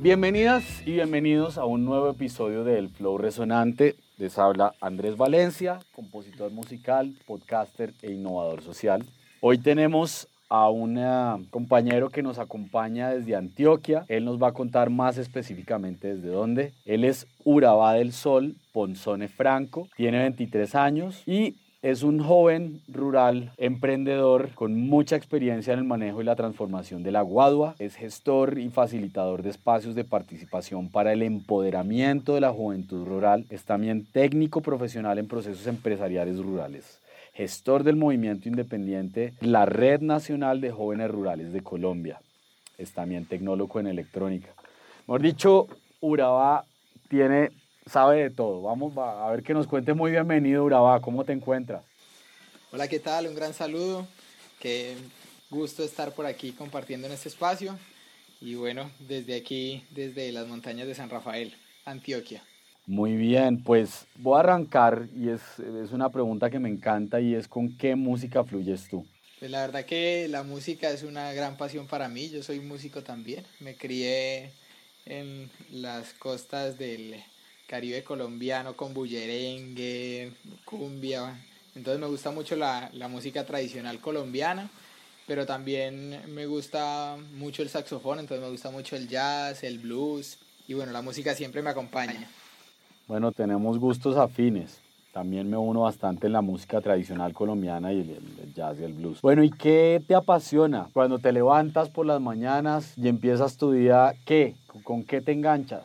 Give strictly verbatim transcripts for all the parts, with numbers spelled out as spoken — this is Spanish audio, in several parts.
Bienvenidas y bienvenidos a un nuevo episodio de El Flow Resonante. Les habla Andrés Valencia, compositor musical, podcaster e innovador social. Hoy tenemos a un uh, compañero que nos acompaña desde Antioquia. Él nos va a contar más específicamente desde dónde. Él es Urabá del Sol Ponzone Franco, tiene veintitrés años y es un joven rural emprendedor con mucha experiencia en el manejo y la transformación de la guadua. Es gestor y facilitador de espacios de participación para el empoderamiento de la juventud rural. Es también técnico profesional en procesos empresariales rurales. Gestor del movimiento independiente, la Red Nacional de Jóvenes Rurales de Colombia. Es también tecnólogo en electrónica. Mejor dicho, Urabá tiene... sabe de todo. Vamos a ver que nos cuente. Muy bienvenido, Urabá. ¿Cómo te encuentras? Hola, ¿qué tal? Un gran saludo. Qué gusto estar por aquí compartiendo en este espacio. Y bueno, desde aquí, desde las montañas de San Rafael, Antioquia. Muy bien, pues voy a arrancar y es, es una pregunta que me encanta y es ¿con qué música fluyes tú? Pues la verdad que la música es una gran pasión para mí. Yo soy músico también. Me crié en las costas del Caribe colombiano con bullerengue, cumbia. Entonces me gusta mucho la, la música tradicional colombiana, pero también me gusta mucho el saxofón, entonces me gusta mucho el jazz, el blues, y bueno, la música siempre me acompaña. Bueno, tenemos gustos afines. También me uno bastante en la música tradicional colombiana y el, el, el jazz y el blues. Bueno, ¿y qué te apasiona cuando te levantas por las mañanas y empiezas tu día? ¿Qué? ¿Con, con qué te enganchas?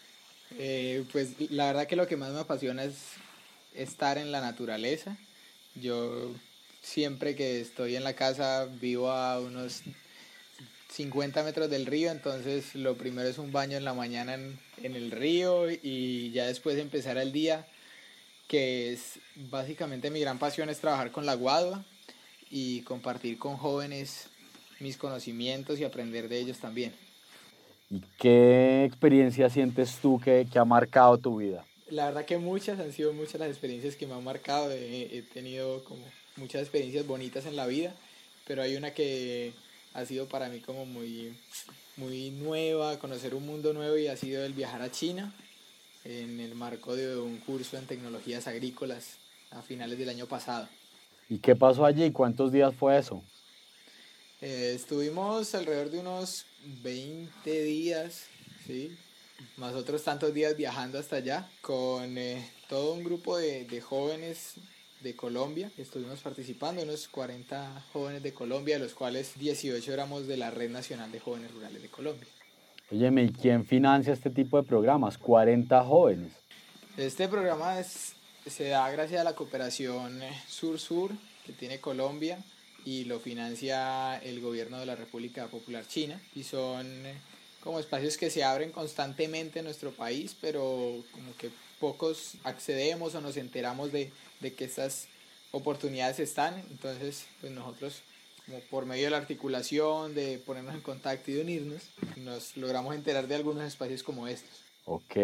Eh, pues la verdad que lo que más me apasiona es estar en la naturaleza. Yo siempre que estoy en la casa vivo a unos cincuenta metros del río, entonces lo primero es un baño en la mañana en, en el río y ya después empezar el día, que es básicamente mi gran pasión es trabajar con la guadua y compartir con jóvenes mis conocimientos y aprender de ellos también. ¿Y qué experiencia sientes tú que, que ha marcado tu vida? La verdad que muchas han sido muchas las experiencias que me han marcado. He, he tenido como muchas experiencias bonitas en la vida, pero hay una que ha sido para mí como muy, muy nueva, conocer un mundo nuevo, y ha sido el viajar a China en el marco de un curso en tecnologías agrícolas a finales del año pasado. ¿Y qué pasó allí? ¿Cuántos días fue eso? Eh, estuvimos alrededor de unos veinte días, ¿sí? Más otros tantos días viajando hasta allá con eh, todo un grupo de, de jóvenes de Colombia. Estuvimos participando, unos cuarenta jóvenes de Colombia, de los cuales dieciocho éramos de la Red Nacional de Jóvenes Rurales de Colombia. Óyeme, ¿y quién financia este tipo de programas? cuarenta jóvenes. Este programa es, se da gracias a la cooperación Sur-Sur que tiene Colombia y lo financia el gobierno de la República Popular China, y son como espacios que se abren constantemente en nuestro país, pero como que pocos accedemos o nos enteramos de, de que estas oportunidades están. Entonces pues nosotros, como por medio de la articulación, de ponernos en contacto y de unirnos, nos logramos enterar de algunos espacios como estos. Ok.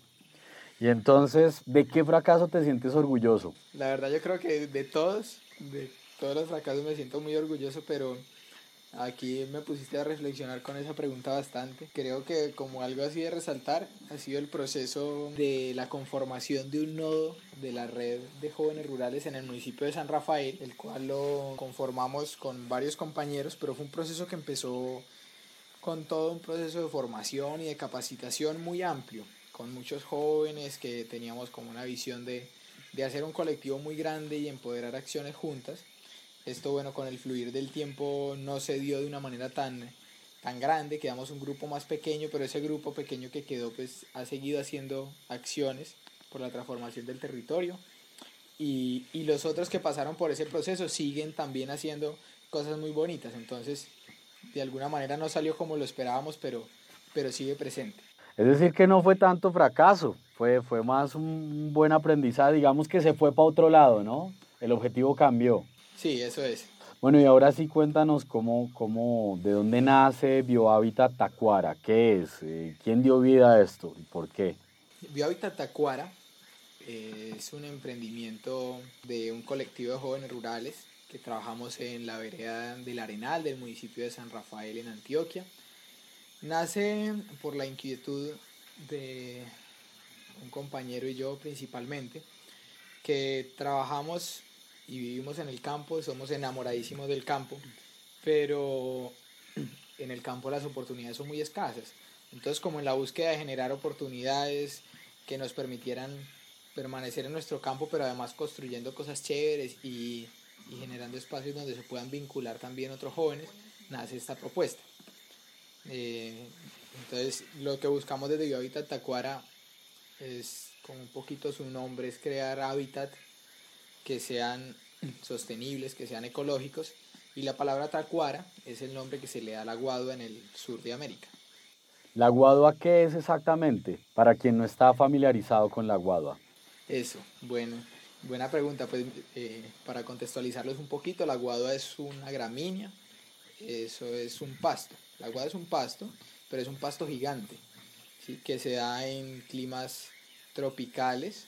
Y entonces, ¿de qué fracaso te sientes orgulloso? La verdad yo creo que de todos, de todos los fracasos me siento muy orgulloso, pero aquí me pusiste a reflexionar con esa pregunta bastante. Creo que como algo así de resaltar ha sido el proceso de la conformación de un nodo de la red de jóvenes rurales en el municipio de San Rafael, el cual lo conformamos con varios compañeros, pero fue un proceso que empezó con todo un proceso de formación y de capacitación muy amplio, con muchos jóvenes que teníamos como una visión de, de hacer un colectivo muy grande y empoderar acciones juntas. Esto, bueno, con el fluir del tiempo no se dio de una manera tan, tan grande, quedamos un grupo más pequeño, pero ese grupo pequeño que quedó pues ha seguido haciendo acciones por la transformación del territorio, y, y los otros que pasaron por ese proceso siguen también haciendo cosas muy bonitas. Entonces de alguna manera no salió como lo esperábamos, pero, pero sigue presente. Es decir, que no fue tanto fracaso, fue, fue más un buen aprendizaje, digamos que se fue para otro lado, ¿no? El objetivo cambió. Sí, eso es. Bueno, y ahora sí cuéntanos cómo, cómo, de dónde nace Biohábitat Tacuara, qué es, eh, quién dio vida a esto y por qué. Biohabitat Tacuara eh, es un emprendimiento de un colectivo de jóvenes rurales que trabajamos en la vereda del Arenal del municipio de San Rafael en Antioquia. Nace por la inquietud de un compañero y yo principalmente, que trabajamos y vivimos en el campo, somos enamoradísimos del campo, pero en el campo las oportunidades son muy escasas. Entonces, como en la búsqueda de generar oportunidades que nos permitieran permanecer en nuestro campo, pero además construyendo cosas chéveres y, y generando espacios donde se puedan vincular también otros jóvenes, nace esta propuesta. Eh, entonces, lo que buscamos desde BioHábitat Tacuara es, como un poquito su nombre, es crear hábitat que sean sostenibles, que sean ecológicos, y la palabra tacuara es el nombre que se le da al aguado en el sur de América. ¿La guadua qué es exactamente? Para quien no está familiarizado con la guadua. Eso, bueno, buena pregunta. Pues eh, para contextualizarlos un poquito, la guadua es una gramínea, eso es un pasto. La guadua es un pasto, pero es un pasto gigante, ¿sí? Que se da en climas tropicales.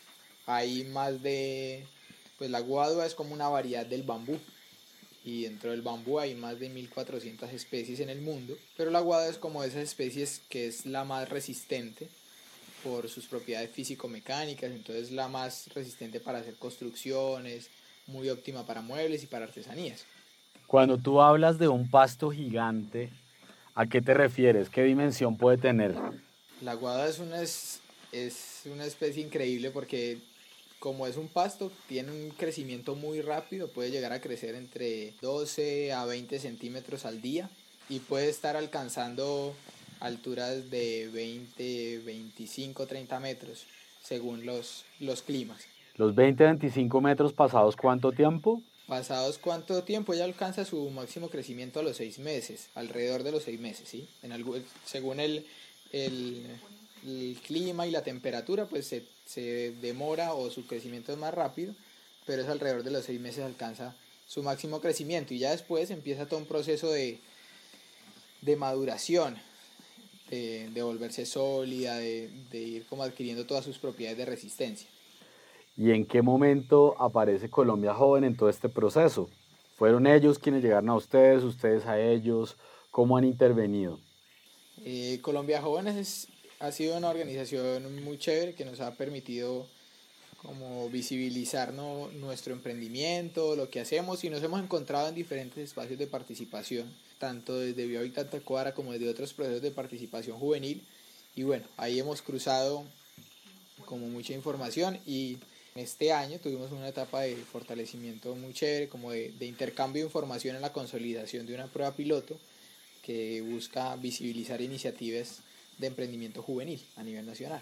Hay más de, pues la guadua es como una variedad del bambú, y dentro del bambú hay más de mil cuatrocientas especies en el mundo, pero la guadua es como de esas especies que es la más resistente por sus propiedades físico-mecánicas, entonces la más resistente para hacer construcciones, muy óptima para muebles y para artesanías. Cuando tú hablas de un pasto gigante, ¿a qué te refieres? ¿Qué dimensión puede tener? La guada es una, es, es una especie increíble porque como es un pasto, tiene un crecimiento muy rápido, puede llegar a crecer entre doce a veinte centímetros al día y puede estar alcanzando alturas de veinte, veinticinco, treinta metros según los, los climas. Los veinte veinticinco metros pasados, ¿cuánto tiempo? ¿Pasados cuánto tiempo? Ella alcanza su máximo crecimiento a los seis meses, alrededor de los seis meses, ¿sí? En algo, según el, el, el clima y la temperatura, pues se, se demora o su crecimiento es más rápido, pero es alrededor de los seis meses alcanza su máximo crecimiento y ya después empieza todo un proceso de, de maduración, de, de volverse sólida, de, de ir como adquiriendo todas sus propiedades de resistencia. ¿Y en qué momento aparece Colombia Joven en todo este proceso? ¿Fueron ellos quienes llegaron a ustedes, ustedes a ellos? ¿Cómo han intervenido? Eh, Colombia Jóvenes es, ha sido una organización muy chévere que nos ha permitido como visibilizar, ¿no?, nuestro emprendimiento, lo que hacemos, y nos hemos encontrado en diferentes espacios de participación, tanto desde BioHábitat Tacuara como desde otros procesos de participación juvenil. Y bueno, ahí hemos cruzado como mucha información y este año tuvimos una etapa de fortalecimiento muy chévere, como de, de intercambio de información en la consolidación de una prueba piloto que busca visibilizar iniciativas de emprendimiento juvenil a nivel nacional.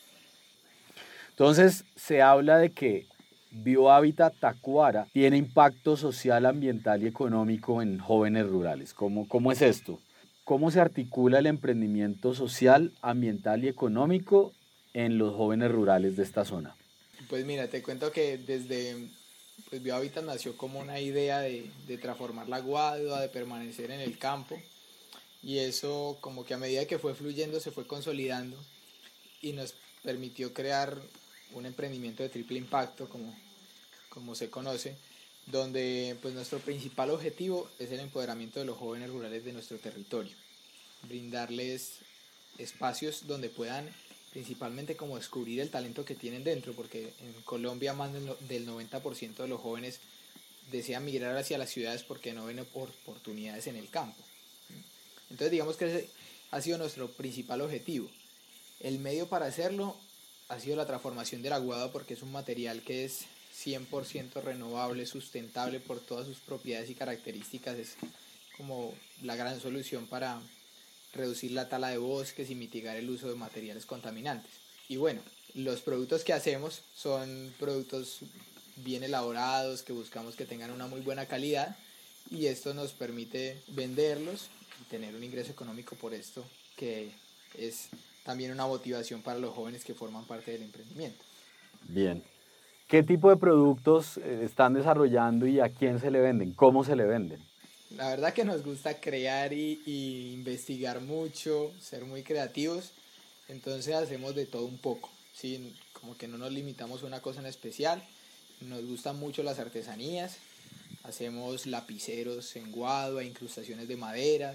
Entonces, se habla de que BioHábitat Tacuara tiene impacto social, ambiental y económico en jóvenes rurales. ¿Cómo, cómo es esto? ¿Cómo se articula el emprendimiento social, ambiental y económico en los jóvenes rurales de esta zona? Pues mira, te cuento que desde pues BioHábitat nació como una idea de, de transformar la guadua, de permanecer en el campo, y eso como que a medida que fue fluyendo se fue consolidando y nos permitió crear un emprendimiento de triple impacto, como, como se conoce, donde pues nuestro principal objetivo es el empoderamiento de los jóvenes rurales de nuestro territorio, brindarles espacios donde puedan principalmente como descubrir el talento que tienen dentro, porque en Colombia más del noventa por ciento de los jóvenes desean migrar hacia las ciudades porque no ven oportunidades en el campo. Entonces digamos que ese ha sido nuestro principal objetivo. El medio para hacerlo ha sido la transformación del aguado, porque es un material que es cien por ciento renovable, sustentable por todas sus propiedades y características. Es como la gran solución para reducir la tala de bosques y mitigar el uso de materiales contaminantes. Y bueno, los productos que hacemos son productos bien elaborados, que buscamos que tengan una muy buena calidad, y esto nos permite venderlos y tener un ingreso económico por esto, que es también una motivación para los jóvenes que forman parte del emprendimiento. Bien. ¿Qué tipo de productos eh, están desarrollando y a quién se le venden? ¿Cómo se le venden? La verdad que nos gusta crear y, y investigar mucho, ser muy creativos, entonces hacemos de todo un poco, ¿sí? Como que no nos limitamos a una cosa en especial, nos gustan mucho las artesanías, hacemos lapiceros en guadua, incrustaciones de maderas,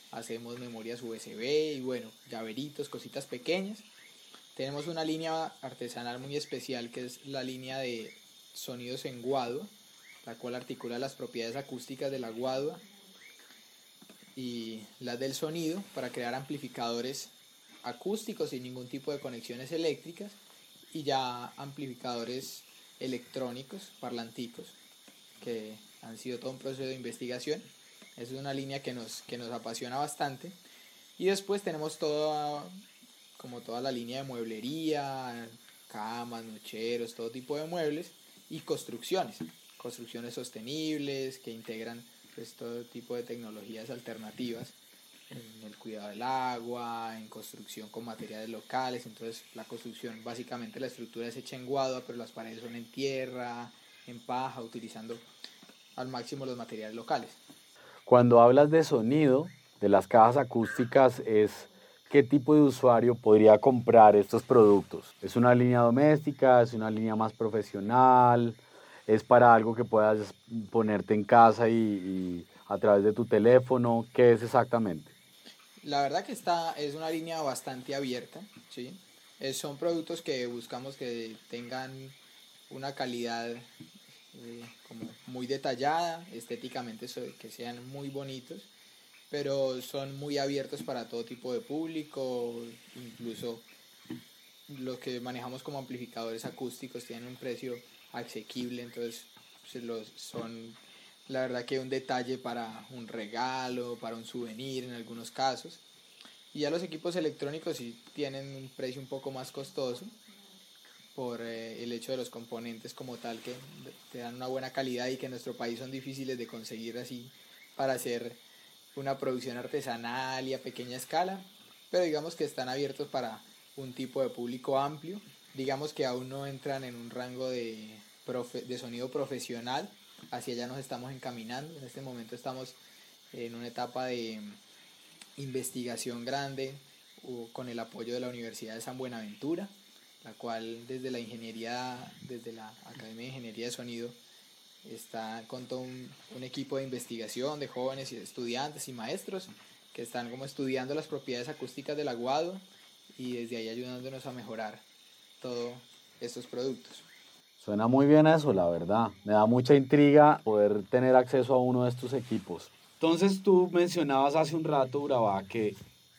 hacemos memorias U S B y bueno, llaveritos, cositas pequeñas. Tenemos una línea artesanal muy especial que es la línea de sonidos en guadua, la cual articula las propiedades acústicas de la guadua y las del sonido para crear amplificadores acústicos sin ningún tipo de conexiones eléctricas y ya amplificadores electrónicos, parlanticos, que han sido todo un proceso de investigación. Es una línea que nos, que nos apasiona bastante. Y después tenemos toda, como toda la línea de mueblería, camas, nocheros, todo tipo de muebles y construcciones, construcciones sostenibles que integran pues, todo tipo de tecnologías alternativas en el cuidado del agua, en construcción con materiales locales. Entonces la construcción, básicamente la estructura es hecha en guadua, pero las paredes son en tierra, en paja, utilizando al máximo los materiales locales. Cuando hablas de sonido, de las cajas acústicas, es qué tipo de usuario podría comprar estos productos. ¿Es una línea doméstica? ¿Es una línea más profesional? ¿Es para algo que puedas ponerte en casa y, y a través de tu teléfono? ¿Qué es exactamente? La verdad que esta es una línea bastante abierta, ¿sí? Eh, son productos que buscamos que tengan una calidad eh, como muy detallada, estéticamente que sean muy bonitos, pero son muy abiertos para todo tipo de público, incluso los que manejamos como amplificadores acústicos tienen un precio asequible, entonces se los, son la verdad que un detalle para un regalo, para un souvenir en algunos casos. Y ya los equipos electrónicos sí tienen un precio un poco más costoso por eh, el hecho de los componentes como tal que te dan una buena calidad y que en nuestro país son difíciles de conseguir así para hacer una producción artesanal y a pequeña escala, pero digamos que están abiertos para un tipo de público amplio, digamos que aún no entran en un rango de, profe, de sonido profesional, hacia allá nos estamos encaminando, en este momento estamos en una etapa de investigación grande con el apoyo de la Universidad de San Buenaventura, la cual desde la ingeniería, desde la Academia de Ingeniería de Sonido, está con todo un, un equipo de investigación de jóvenes y estudiantes y maestros que están como estudiando las propiedades acústicas del aguado y desde ahí ayudándonos a mejorar todos estos productos. Suena muy bien eso, la verdad. Me da mucha intriga poder tener acceso a uno de estos equipos. Entonces tú mencionabas hace un rato, Urabá, que,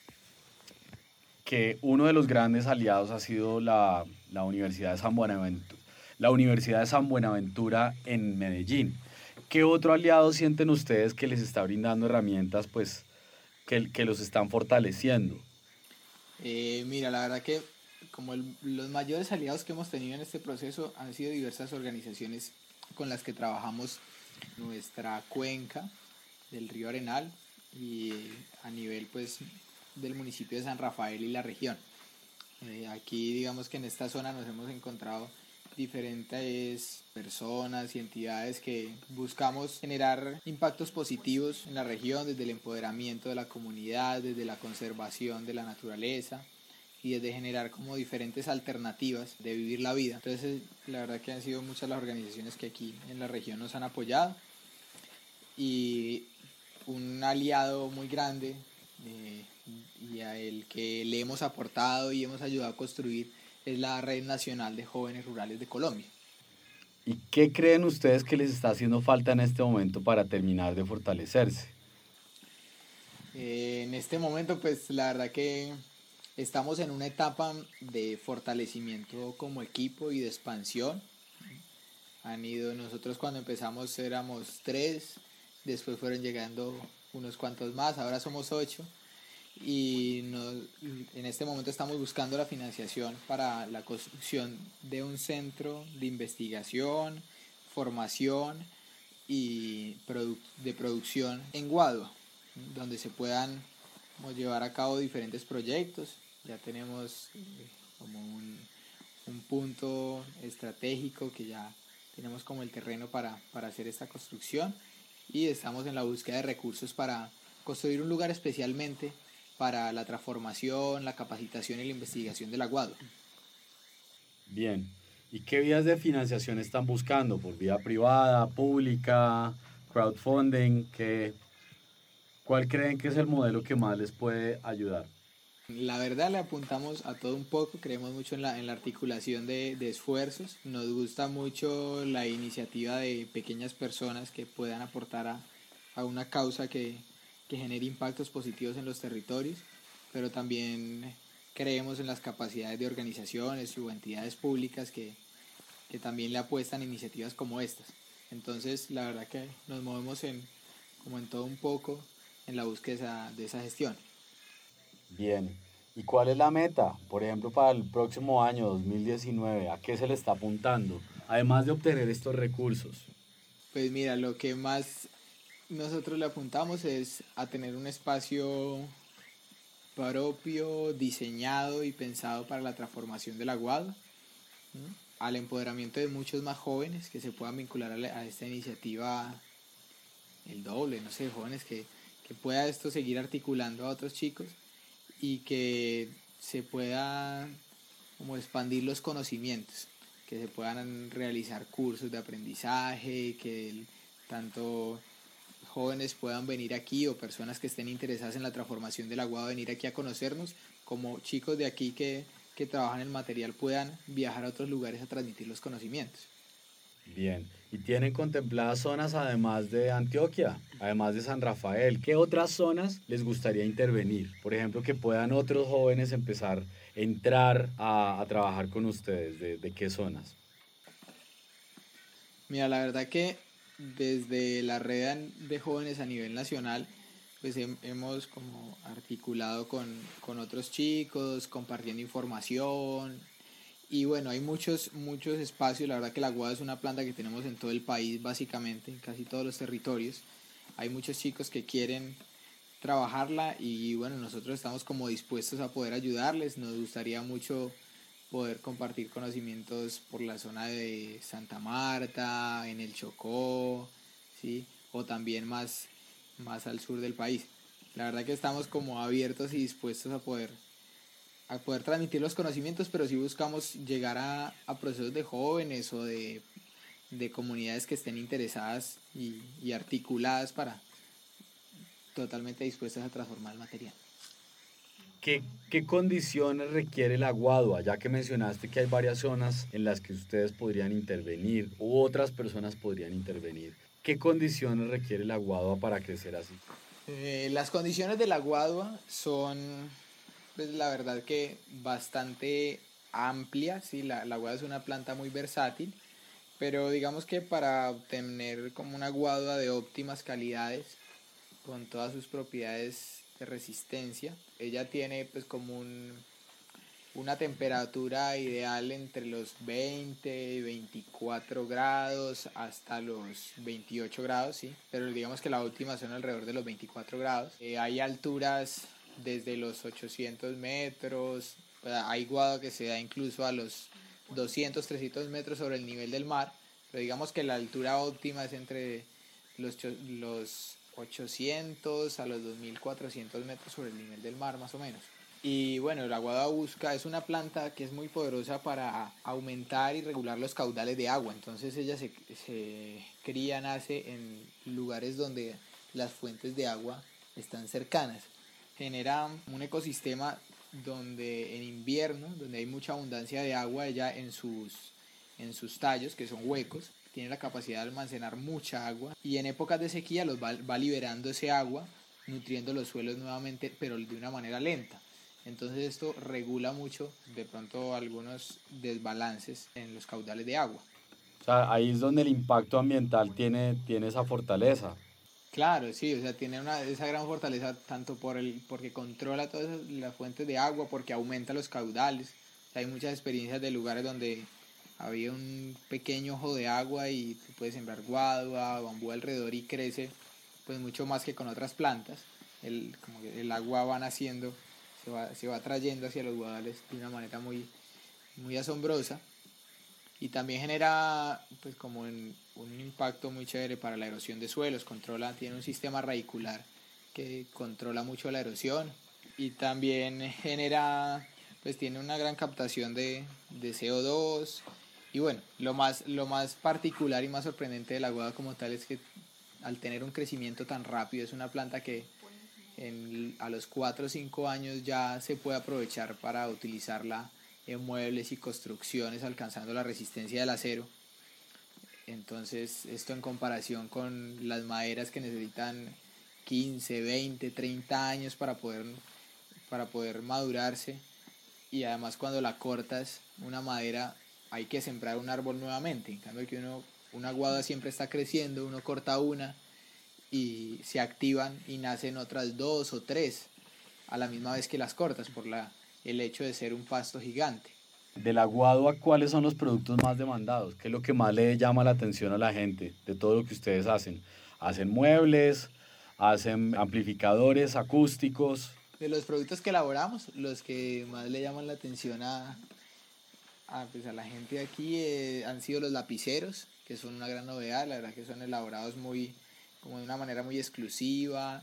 que uno de los grandes aliados ha sido la, la Universidad de San Buenaventura, la Universidad de San Buenaventura en Medellín. ¿Qué otro aliado sienten ustedes que les está brindando herramientas pues, que, que los están fortaleciendo? Eh, mira, la verdad que como el, los mayores aliados que hemos tenido en este proceso han sido diversas organizaciones con las que trabajamos nuestra cuenca del río Arenal y a nivel pues del municipio de San Rafael y la región. Eh, aquí digamos que en esta zona nos hemos encontrado diferentes personas y entidades que buscamos generar impactos positivos en la región desde el empoderamiento de la comunidad, desde la conservación de la naturaleza y desde generar como diferentes alternativas de vivir la vida. Entonces la verdad que han sido muchas las organizaciones que aquí en la región nos han apoyado y un aliado muy grande eh, y a el que le hemos aportado y hemos ayudado a construir es la Red Nacional de Jóvenes Rurales de Colombia. ¿Y qué creen ustedes que les está haciendo falta en este momento para terminar de fortalecerse? Eh, en este momento pues la verdad que estamos en una etapa de fortalecimiento como equipo y de expansión. Han ido, nosotros cuando empezamos éramos tres, después fueron llegando unos cuantos más, ahora somos ocho y nos, en este momento estamos buscando la financiación para la construcción de un centro de investigación, formación y produ de producción en Guadua, donde se puedan llevar a cabo diferentes proyectos. Ya tenemos eh, como un, un punto estratégico que ya tenemos como el terreno para, para hacer esta construcción y estamos en la búsqueda de recursos para construir un lugar especialmente para la transformación, la capacitación y la investigación del aguado. Bien. ¿Y qué vías de financiación están buscando? ¿Por vía privada, pública, crowdfunding? ¿Qué? ¿Cuál creen que es el modelo que más les puede ayudar? La verdad le apuntamos a todo un poco, creemos mucho en la, en la articulación de, de esfuerzos, nos gusta mucho la iniciativa de pequeñas personas que puedan aportar a, a una causa que, que genere impactos positivos en los territorios, pero también creemos en las capacidades de organizaciones o entidades públicas que, que también le apuestan a iniciativas como estas. Entonces la verdad que nos movemos en, como en todo un poco en la búsqueda de esa gestión. Bien. ¿Y cuál es la meta? Por ejemplo, para el próximo año dos mil diecinueve, ¿a qué se le está apuntando? Además de obtener estos recursos. Pues mira, lo que más nosotros le apuntamos es a tener un espacio propio, diseñado y pensado para la transformación de la Guada, ¿no? Al empoderamiento de muchos más jóvenes que se puedan vincular a, la, a esta iniciativa, el doble, no sé, jóvenes que, que pueda esto seguir articulando a otros chicos y que se pueda como expandir los conocimientos, que se puedan realizar cursos de aprendizaje, que el, tanto jóvenes puedan venir aquí o personas que estén interesadas en la transformación del agua venir aquí a conocernos, como chicos de aquí que, que trabajan el material puedan viajar a otros lugares a transmitir los conocimientos. Bien. ¿Y tienen contempladas zonas además de Antioquia, además de San Rafael? ¿Qué otras zonas les gustaría intervenir? Por ejemplo, que puedan otros jóvenes empezar a entrar a, a trabajar con ustedes. ¿De, de qué zonas? Mira, la verdad que desde la red de jóvenes a nivel nacional, pues he, hemos como articulado con, con otros chicos, compartiendo información. Y bueno, hay muchos, muchos espacios. La verdad que la guada es una planta que tenemos en todo el país, básicamente, en casi todos los territorios. Hay muchos chicos que quieren trabajarla y bueno, nosotros estamos como dispuestos a poder ayudarles. Nos gustaría mucho poder compartir conocimientos por la zona de Santa Marta, en el Chocó, ¿sí? O también más, más al sur del país. La verdad que estamos como abiertos y dispuestos a poder, a poder transmitir los conocimientos, pero sí buscamos llegar a, a procesos de jóvenes o de, de comunidades que estén interesadas y, y articuladas para totalmente dispuestas a transformar el material. ¿Qué, qué condiciones requiere la Guadua? Ya que mencionaste que hay varias zonas en las que ustedes podrían intervenir u otras personas podrían intervenir. ¿Qué condiciones requiere la Guadua para crecer así? Eh, las condiciones de la guadua son, pues la verdad que bastante amplias, ¿sí? La, la guadua es una planta muy versátil, pero digamos que para obtener como una guadua de óptimas calidades, con todas sus propiedades de resistencia, ella tiene pues como un, una temperatura ideal entre los veinte y veinticuatro grados hasta los veintiocho grados, ¿sí? Pero digamos que la última son alrededor de los veinticuatro grados. Eh, hay alturas desde los ochocientos metros, hay guado que se da incluso a los doscientos, trescientos metros sobre el nivel del mar, pero digamos que la altura óptima es entre los, los ochocientos a los dos mil cuatrocientos metros sobre el nivel del mar más o menos. Y bueno, la guada busca, es una planta que es muy poderosa para aumentar y regular los caudales de agua. Entonces ella se, se cría, nace en lugares donde las fuentes de agua están cercanas. Genera un ecosistema donde en invierno, donde hay mucha abundancia de agua, ella en sus, en sus tallos, que son huecos, tiene la capacidad de almacenar mucha agua. Y en épocas de sequía los va, va liberando ese agua, nutriendo los suelos nuevamente, pero de una manera lenta. Entonces esto regula mucho de pronto algunos desbalances en los caudales de agua. O sea, ahí es donde el impacto ambiental tiene, tiene esa fortaleza. Claro, sí, o sea, tiene una, esa gran fortaleza tanto por el, porque controla todas las fuentes de agua, porque aumenta los caudales. O sea, hay muchas experiencias de lugares donde había un pequeño ojo de agua y tú puedes sembrar guadua, bambú alrededor y crece pues mucho más que con otras plantas. El, como que el agua va naciendo, se va, se va trayendo hacia los guadales de una manera muy, muy asombrosa. Y también genera pues como un, un impacto muy chévere para la erosión de suelos, controla, tiene un sistema radicular que controla mucho la erosión y también genera, pues tiene una gran captación de, de C O dos y bueno, lo más, lo más particular y más sorprendente de la guada como tal es que al tener un crecimiento tan rápido es una planta que en, a los cuatro o cinco años ya se puede aprovechar para utilizarla en muebles y construcciones, alcanzando la resistencia del acero. Entonces esto en comparación con las maderas que necesitan quince, veinte, treinta años para poder, para poder madurarse, y además cuando la cortas una madera hay que sembrar un árbol nuevamente. En cambio que uno, una guada siempre está creciendo, uno corta una y se activan y nacen otras dos o tres a la misma vez que las cortas por la, el hecho de ser un pasto gigante. Del aguado, ¿a cuáles son los productos más demandados? ¿Qué es lo que más le llama la atención a la gente de todo lo que ustedes hacen? ¿Hacen muebles? ¿Hacen amplificadores acústicos? De los productos que elaboramos, los que más le llaman la atención a, a, pues a la gente de aquí eh, han sido los lapiceros, que son una gran novedad. La verdad que son elaborados muy, como de una manera muy exclusiva,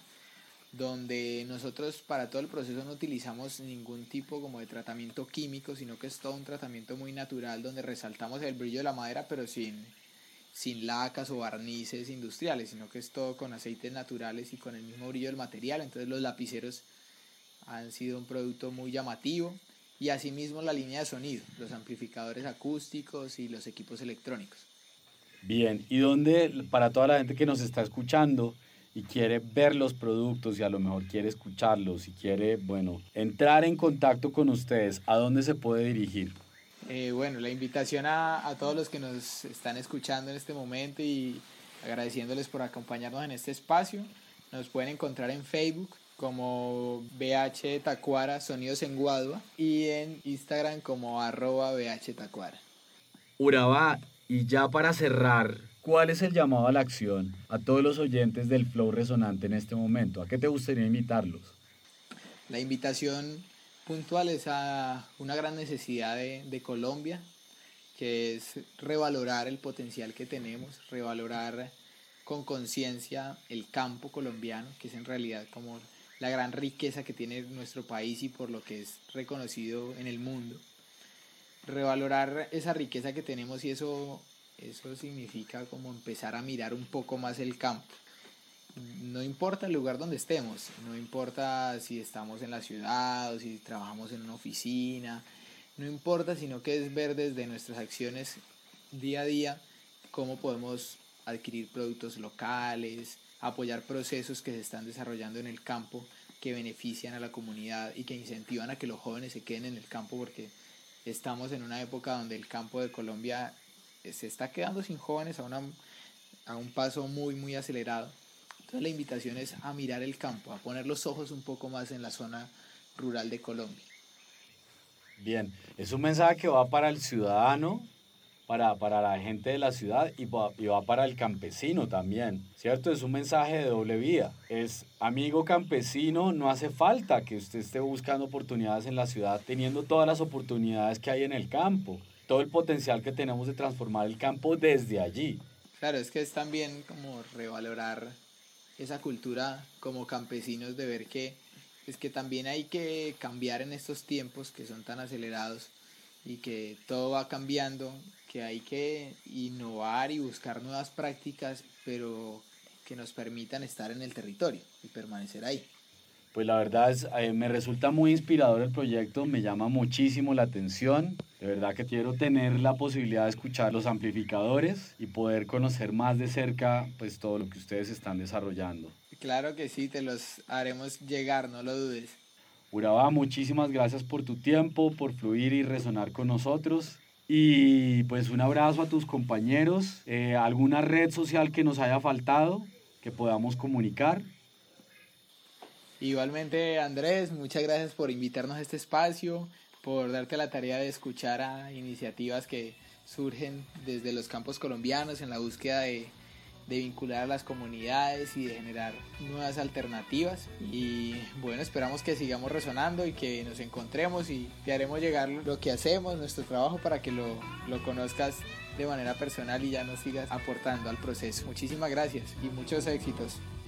donde nosotros para todo el proceso no utilizamos ningún tipo como de tratamiento químico, sino que es todo un tratamiento muy natural, donde resaltamos el brillo de la madera, pero sin, sin lacas o barnices industriales, sino que es todo con aceites naturales y con el mismo brillo del material. Entonces los lapiceros han sido un producto muy llamativo, y asimismo la línea de sonido, los amplificadores acústicos y los equipos electrónicos. Bien, ¿y dónde, para toda la gente que nos está escuchando y quiere ver los productos y a lo mejor quiere escucharlos y quiere, bueno, entrar en contacto con ustedes, ¿a dónde se puede dirigir? Eh, bueno, la invitación a, a todos los que nos están escuchando en este momento, y agradeciéndoles por acompañarnos en este espacio. Nos pueden encontrar en Facebook como B H Tacuara Sonidos en Guadua, y en Instagram como arroba B H Tacuara. Urabá, y ya para cerrar, ¿cuál es el llamado a la acción a todos los oyentes del Flow Resonante en este momento? ¿A qué te gustaría invitarlos? La invitación puntual es a una gran necesidad de, de Colombia, que es revalorar el potencial que tenemos, revalorar con conciencia el campo colombiano, que es en realidad como la gran riqueza que tiene nuestro país y por lo que es reconocido en el mundo. Revalorar esa riqueza que tenemos, y eso, eso significa como empezar a mirar un poco más el campo. No importa el lugar donde estemos, no importa si estamos en la ciudad o si trabajamos en una oficina, no importa, sino que es ver desde nuestras acciones día a día cómo podemos adquirir productos locales, apoyar procesos que se están desarrollando en el campo que benefician a la comunidad y que incentivan a que los jóvenes se queden en el campo, porque estamos en una época donde el campo de Colombia se está quedando sin jóvenes a, una, a un paso muy muy acelerado. Entonces la invitación es a mirar el campo, a poner los ojos un poco más en la zona rural de Colombia. Bien, es un mensaje que va para el ciudadano, para, para la gente de la ciudad, y va, y va para el campesino también, ¿cierto? Es un mensaje de doble vía. Es, amigo campesino, no hace falta que usted esté buscando oportunidades en la ciudad, teniendo todas las oportunidades que hay en el campo, todo el potencial que tenemos de transformar el campo desde allí. Claro, es que es también como revalorar esa cultura como campesinos, de ver que es que también hay que cambiar en estos tiempos que son tan acelerados y que todo va cambiando, que hay que innovar y buscar nuevas prácticas, pero que nos permitan estar en el territorio y permanecer ahí. Pues la verdad es, eh, me resulta muy inspirador el proyecto, me llama muchísimo la atención. De verdad que quiero tener la posibilidad de escuchar los amplificadores y poder conocer más de cerca pues todo lo que ustedes están desarrollando. Claro que sí, te los haremos llegar, no lo dudes. Urabá, muchísimas gracias por tu tiempo, por fluir y resonar con nosotros. Y pues un abrazo a tus compañeros, eh, alguna red social que nos haya faltado, que podamos comunicar. Igualmente, Andrés, muchas gracias por invitarnos a este espacio, por darte la tarea de escuchar a iniciativas que surgen desde los campos colombianos en la búsqueda de, de vincular a las comunidades y de generar nuevas alternativas. Y bueno, esperamos que sigamos resonando y que nos encontremos, y te haremos llegar lo que hacemos, nuestro trabajo, para que lo, lo conozcas de manera personal y ya nos sigas aportando al proceso. Muchísimas gracias y muchos éxitos.